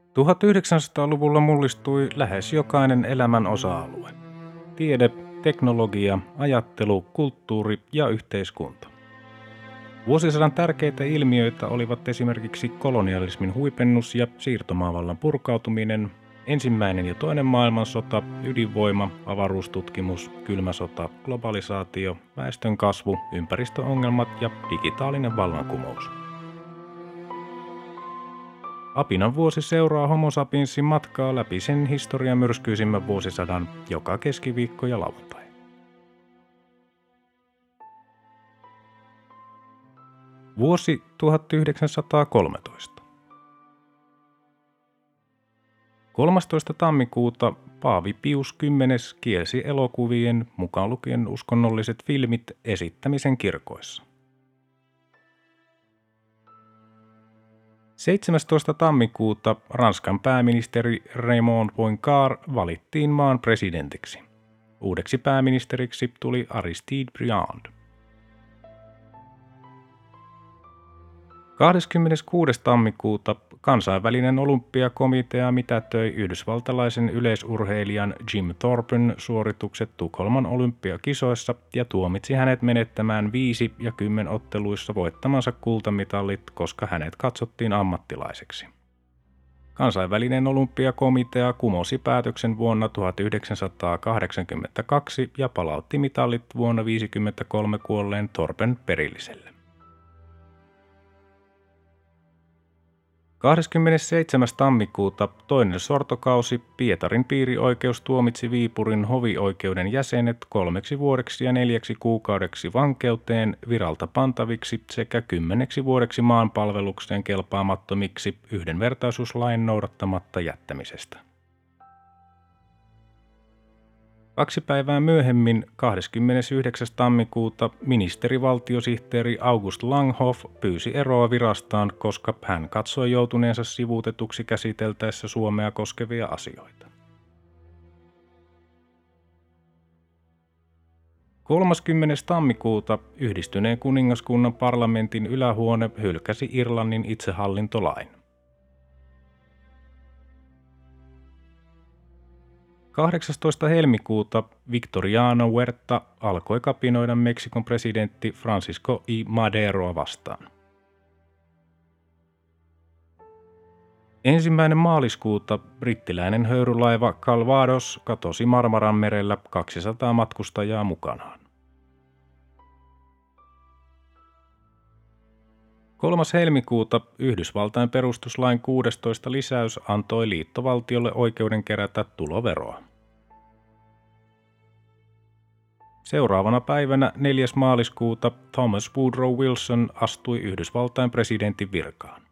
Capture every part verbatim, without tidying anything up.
tuhatyhdeksänsataaluvulla mullistui lähes jokainen elämän osa-alue. Tiede, teknologia, ajattelu, kulttuuri ja yhteiskunta. Vuosisadan tärkeitä ilmiöitä olivat esimerkiksi kolonialismin huipennus ja siirtomaavallan purkautuminen, ensimmäinen ja toinen maailmansota, ydinvoima, avaruustutkimus, kylmä sota, globalisaatio, väestön kasvu, ympäristöongelmat ja digitaalinen vallankumous. Apinan vuosi seuraa Homo sapiensin matkaa läpi sen historian myrskyisimmän vuosisadan joka keskiviikko ja lauantai. Vuosi tuhatyhdeksänsataakolmetoista. kolmastoista tammikuuta Paavi Pius Kymmenes kielsi elokuvien, mukaan lukien uskonnolliset filmit, esittämisen kirkoissa. seitsemästoista tammikuuta Ranskan pääministeri Raymond Poincaré valittiin maan presidentiksi. Uudeksi pääministeriksi tuli Aristide Briand. kahdeskymmeneskuudes tammikuuta kansainvälinen olympiakomitea mitätöi yhdysvaltalaisen yleisurheilijan Jim Thorpen suoritukset Tukholman olympiakisoissa ja tuomitsi hänet menettämään viisi ja kymmen otteluissa voittamansa kultamitalit, koska hänet katsottiin ammattilaiseksi. Kansainvälinen olympiakomitea kumosi päätöksen vuonna tuhatyhdeksänsataakahdeksankymmentäkaksi ja palautti mitalit vuonna tuhatyhdeksänsataaviisikymmentäkolme kuolleen Thorpen perilliselle. kahdeskymmenesseitsemäs tammikuuta toinen sortokausi Pietarin piirioikeus tuomitsi Viipurin hovioikeuden jäsenet kolmeksi vuodeksi ja neljäksi kuukaudeksi vankeuteen viralta pantaviksi sekä kymmeneksi vuodeksi maanpalvelukseen kelpaamattomiksi yhdenvertaisuuslain noudattamatta jättämisestä. Kaksi päivää myöhemmin, kahdeskymmenesyhdeksäs tammikuuta, ministerivaltiosihteeri August Langhoff pyysi eroa virastaan, koska hän katsoi joutuneensa sivuutetuksi käsiteltäessä Suomea koskevia asioita. kolmaskymmenes tammikuuta Yhdistyneen kuningaskunnan parlamentin ylähuone hylkäsi Irlannin itsehallintolain. kahdeksastoista helmikuuta Victoriano Huerta alkoi kapinoida Meksikon presidentti Francisco I. Maderoa vastaan. Ensimmäinen maaliskuuta brittiläinen höyrylaiva Calvados katosi Marmaranmerellä kaksisataa matkustajaa mukanaan. kolmas helmikuuta Yhdysvaltain perustuslain kuudestoista lisäys antoi liittovaltiolle oikeuden kerätä tuloveroa. Seuraavana päivänä neljäs maaliskuuta Thomas Woodrow Wilson astui Yhdysvaltain presidentin virkaan.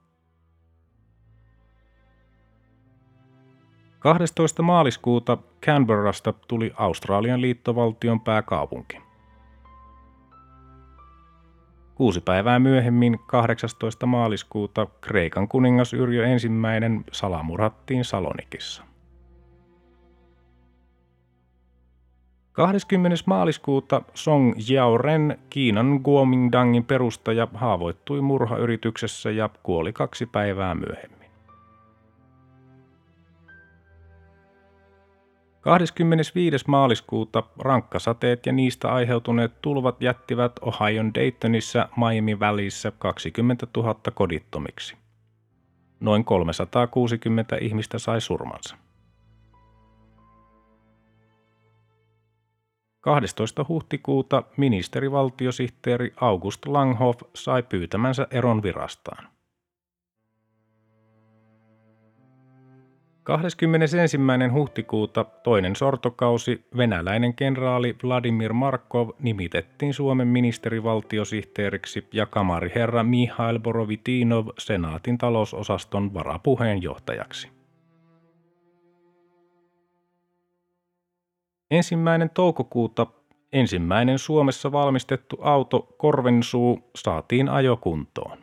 kahdestoista maaliskuuta Canberrasta tuli Australian liittovaltion pääkaupunki. Kuusi päivää myöhemmin, kahdeksastoista maaliskuuta, Kreikan kuningas Yrjö ensimmäinen salamurhattiin Salonikissa. kahdeskymmenes maaliskuuta Song Jiao-ren, Kiinan Kuomingdangin perustaja, haavoittui murhayrityksessä ja kuoli kaksi päivää myöhemmin. kahdeskymmenesviides maaliskuuta rankkasateet ja niistä aiheutuneet tulvat jättivät Ohion Daytonissa Miami Valleyssä kaksikymmentätuhatta kodittomiksi. Noin kolmesataakuusikymmentä ihmistä sai surmansa. kahdestoista huhtikuuta ministerivaltiosihteeri August Langhoff sai pyytämänsä eron virastaan. kahdeskymmenesensimmäinen huhtikuuta toinen sortokausi venäläinen kenraali Vladimir Markov nimitettiin Suomen ministerivaltiosihteeriksi ja kamariherra Mihail Borovitinov senaatin talousosaston varapuheenjohtajaksi. Ensimmäinen toukokuuta ensimmäinen Suomessa valmistettu auto Korvensuu saatiin ajokuntoon.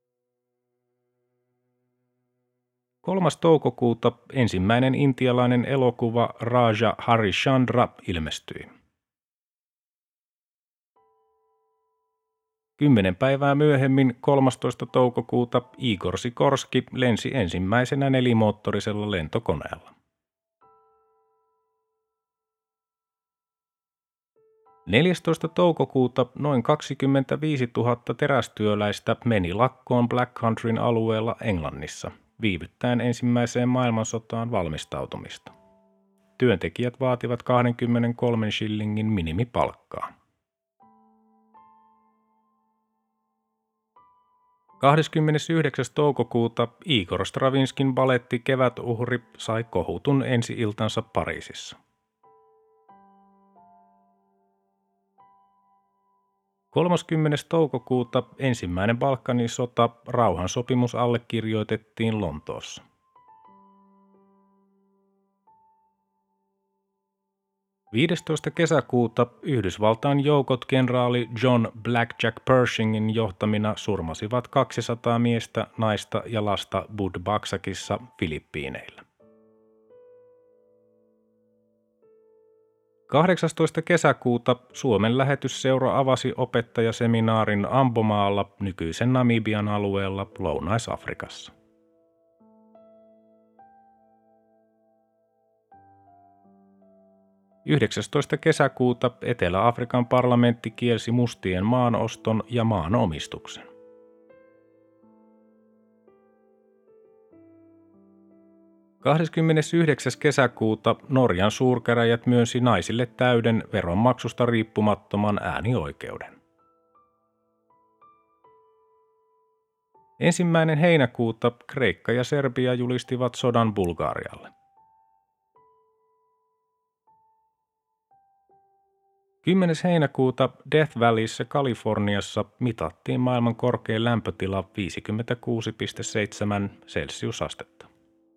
kolmas toukokuuta ensimmäinen intialainen elokuva Raja Harishchandra ilmestyi. Kymmenen päivää myöhemmin, kolmastoista toukokuuta, Igor Sikorski lensi ensimmäisenä nelimoottorisella lentokoneella. neljästoista toukokuuta noin kaksikymmentäviisituhatta terästyöläistä meni lakkoon Black Countryn alueella Englannissa, viivyttäen ensimmäiseen maailmansotaan valmistautumista. Työntekijät vaativat kaksikymmentäkolme shillingin minimipalkkaa. kahdeskymmenesyhdeksäs toukokuuta Igor Stravinskin baletti Kevätuhri sai kohutun ensi-iltansa Pariisissa. kolmaskymmenes toukokuuta ensimmäinen Balkanin sota, rauhansopimus allekirjoitettiin Lontoossa. viidestoista kesäkuuta Yhdysvaltain joukot kenraali John Blackjack Pershingin johtamina surmasivat kaksisataa miestä, naista ja lasta Budbaksakissa Filippiineillä. kahdeksastoista kesäkuuta Suomen lähetysseura avasi opettajaseminaarin Ambomaalla nykyisen Namibian alueella Lounais-Afrikassa. yhdeksästoista kesäkuuta Etelä-Afrikan parlamentti kielsi mustien maanoston ja maanomistuksen. kahdeskymmenesyhdeksäs kesäkuuta Norjan suurkäräjät myönsi naisille täyden veronmaksusta riippumattoman äänioikeuden. Ensimmäinen heinäkuuta Kreikka ja Serbia julistivat sodan Bulgarialle. kymmenes heinäkuuta Death Valleyssä Kaliforniassa mitattiin maailman korkein lämpötila viisikymmentäkuusi pilkku seitsemän celsiusastetta.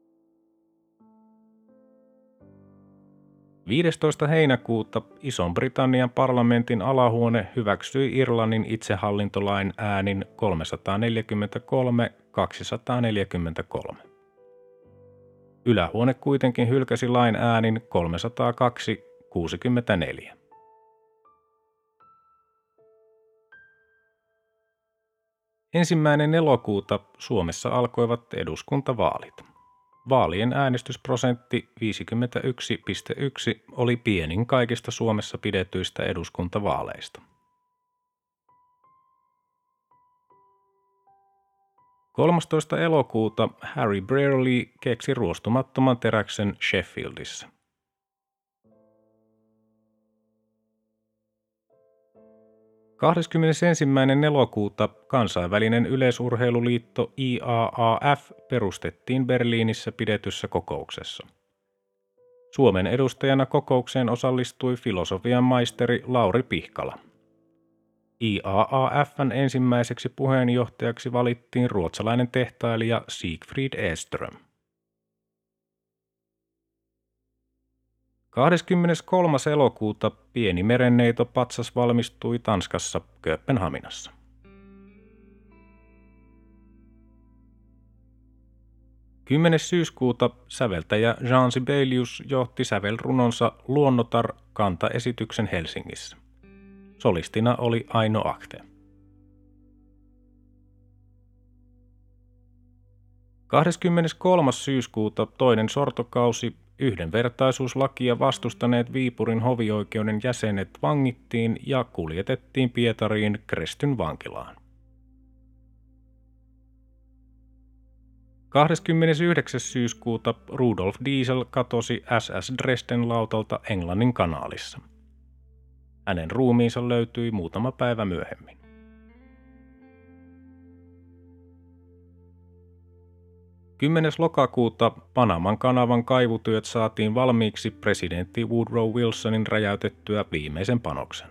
viidestoista heinäkuuta Ison-Britannian parlamentin alahuone hyväksyi Irlannin itsehallintolain äänin kolmesataaneljäkymmentäkolme kaksisataaneljäkymmentäkolme. Ylähuone kuitenkin hylkäsi lain äänin kolmesataakaksi kuusikymmentäneljä. Ensimmäinen elokuuta Suomessa alkoivat eduskuntavaalit. Vaalien äänestysprosentti viisikymmentäyksi pilkku yksi oli pienin kaikista Suomessa pidetyistä eduskuntavaaleista. kolmastoista elokuuta Harry Brearley keksi ruostumattoman teräksen Sheffieldissä. kahdeskymmenesensimmäinen elokuuta kansainvälinen yleisurheiluliitto I A A F perustettiin Berliinissä pidetyssä kokouksessa. Suomen edustajana kokoukseen osallistui filosofian maisteri Lauri Pihkala. I A A F:n ensimmäiseksi puheenjohtajaksi valittiin ruotsalainen tehtailija Siegfried Eström. kahdeskymmeneskolmas elokuuta pieni merenneitopatsas valmistui Tanskassa Kööpenhaminassa. kymmenes syyskuuta säveltäjä Jean Sibelius johti sävelrunonsa Luonnotar kantaesityksen Helsingissä. Solistina oli Aino Ahte. kahdeskymmeneskolmas syyskuuta toinen sortokausi yhdenvertaisuuslakia vastustaneet Viipurin hovioikeuden jäsenet vangittiin ja kuljetettiin Pietariin Krestyn vankilaan. kahdeskymmenesyhdeksäs syyskuuta Rudolf Diesel katosi S S Dresden lautalta Englannin kanaalissa. Hänen ruumiinsa löytyi muutama päivä myöhemmin. kymmenes lokakuuta Panaman kanavan kaivutyöt saatiin valmiiksi presidentti Woodrow Wilsonin räjäytettyä viimeisen panoksen.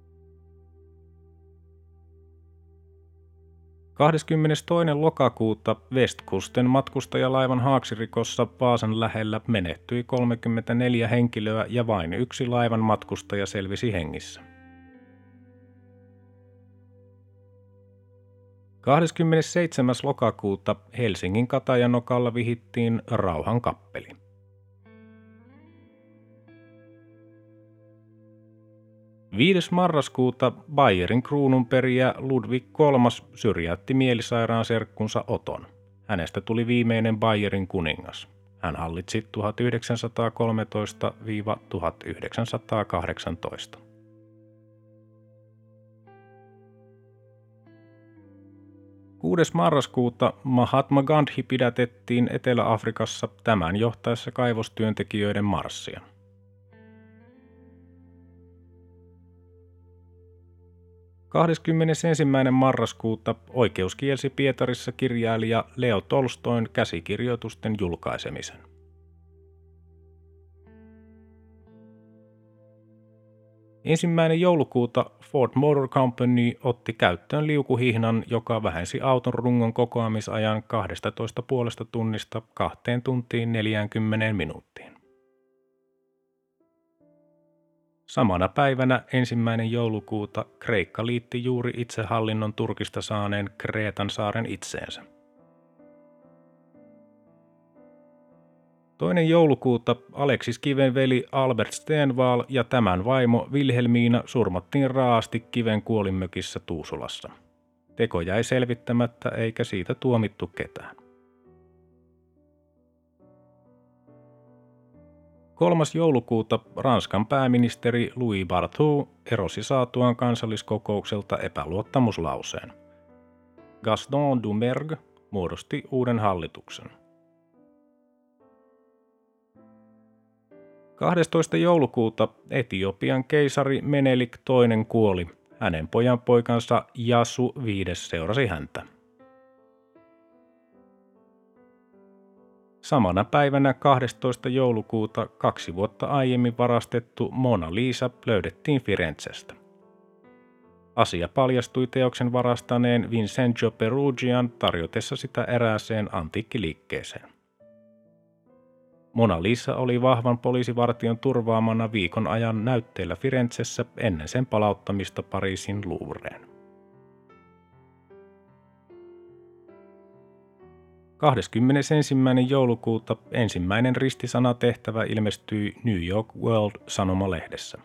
kahdeskymmenestoinen lokakuuta Westkusten matkustajalaivan haaksirikossa Vaasan lähellä menehtyi kolmekymmentäneljä henkilöä ja vain yksi laivan matkustaja selvisi hengissä. kahdeskymmenesseitsemäs lokakuuta Helsingin Katajanokalla vihittiin rauhan kappeli. viides marraskuuta Bayerin kruununperijä Ludwig kolmas syrjäytti mielisairaan serkkunsa Oton. Hänestä tuli viimeinen Bayerin kuningas. Hän hallitsi tuhatyhdeksänsataakolmetoista - tuhatyhdeksänsataakahdeksantoista. kuudes marraskuuta Mahatma Gandhi pidätettiin Etelä-Afrikassa tämän johtaessa kaivostyöntekijöiden marssia. kahdeskymmenesensimmäinen marraskuuta oikeus kielsi Pietarissa kirjailija Leo Tolstoin käsikirjoitusten julkaisemisen. Ensimmäinen joulukuuta Ford Motor Company otti käyttöön liukuhihnan, joka vähensi auton rungon kokoamisajan kaksitoista pilkku viisi tunnista kahteen tuntiin neljäänkymmeneen minuuttiin. Samana päivänä ensimmäinen joulukuuta Kreikka liitti juuri itsehallinnon Turkista saaneen Kreetan saaren itseensä. Toinen joulukuuta Aleksis Kiven veli Albert Stenvall ja tämän vaimo Wilhelmiina surmattiin raasti Kiven kuolinmökissä Tuusulassa. Teko jäi selvittämättä eikä siitä tuomittu ketään. kolmas joulukuuta Ranskan pääministeri Louis Barthou erosi saatuaan kansalliskokoukselta epäluottamuslauseen. Gaston Doumergue muodosti uuden hallituksen. kahdestoista joulukuuta Etiopian keisari Menelik toinen kuoli. Hänen pojanpoikansa Yasu viides seurasi häntä. Samana päivänä kahdestoista joulukuuta kaksi vuotta aiemmin varastettu Mona Lisa löydettiin Firenzestä. Asia paljastui teoksen varastaneen Vincenzo Perugian tarjotessa sitä erääseen antiikkiliikkeeseen. Mona Lisa oli vahvan poliisivartion turvaamana viikon ajan näytteillä Firenzessä ennen sen palauttamista Pariisin Louvreen. kahdeskymmenesensimmäinen joulukuuta ensimmäinen ristisanatehtävä ilmestyi New York World-sanomalehdessä.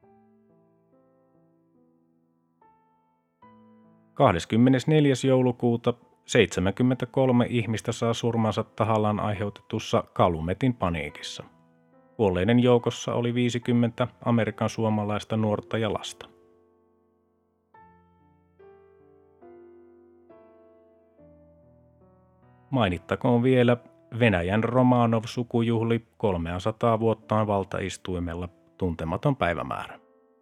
kahdeskymmenesneljäs joulukuuta seitsemänkymmentäkolme ihmistä saa surmansa tahallaan aiheutetussa Calumetin paniikissa. Kuolleiden joukossa oli viisikymmentä Amerikan suomalaista nuorta ja lasta. Mainittakoon vielä Venäjän Romanov-sukujuhli kolmesataa vuottaan valtaistuimella tuntematon päivämäärä.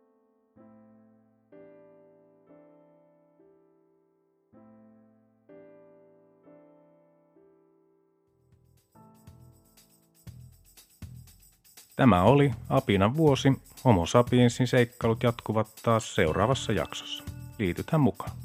Tämä oli Apinan vuosi. Homo sapiensin seikkailut jatkuvat taas seuraavassa jaksossa. Liitythän mukaan.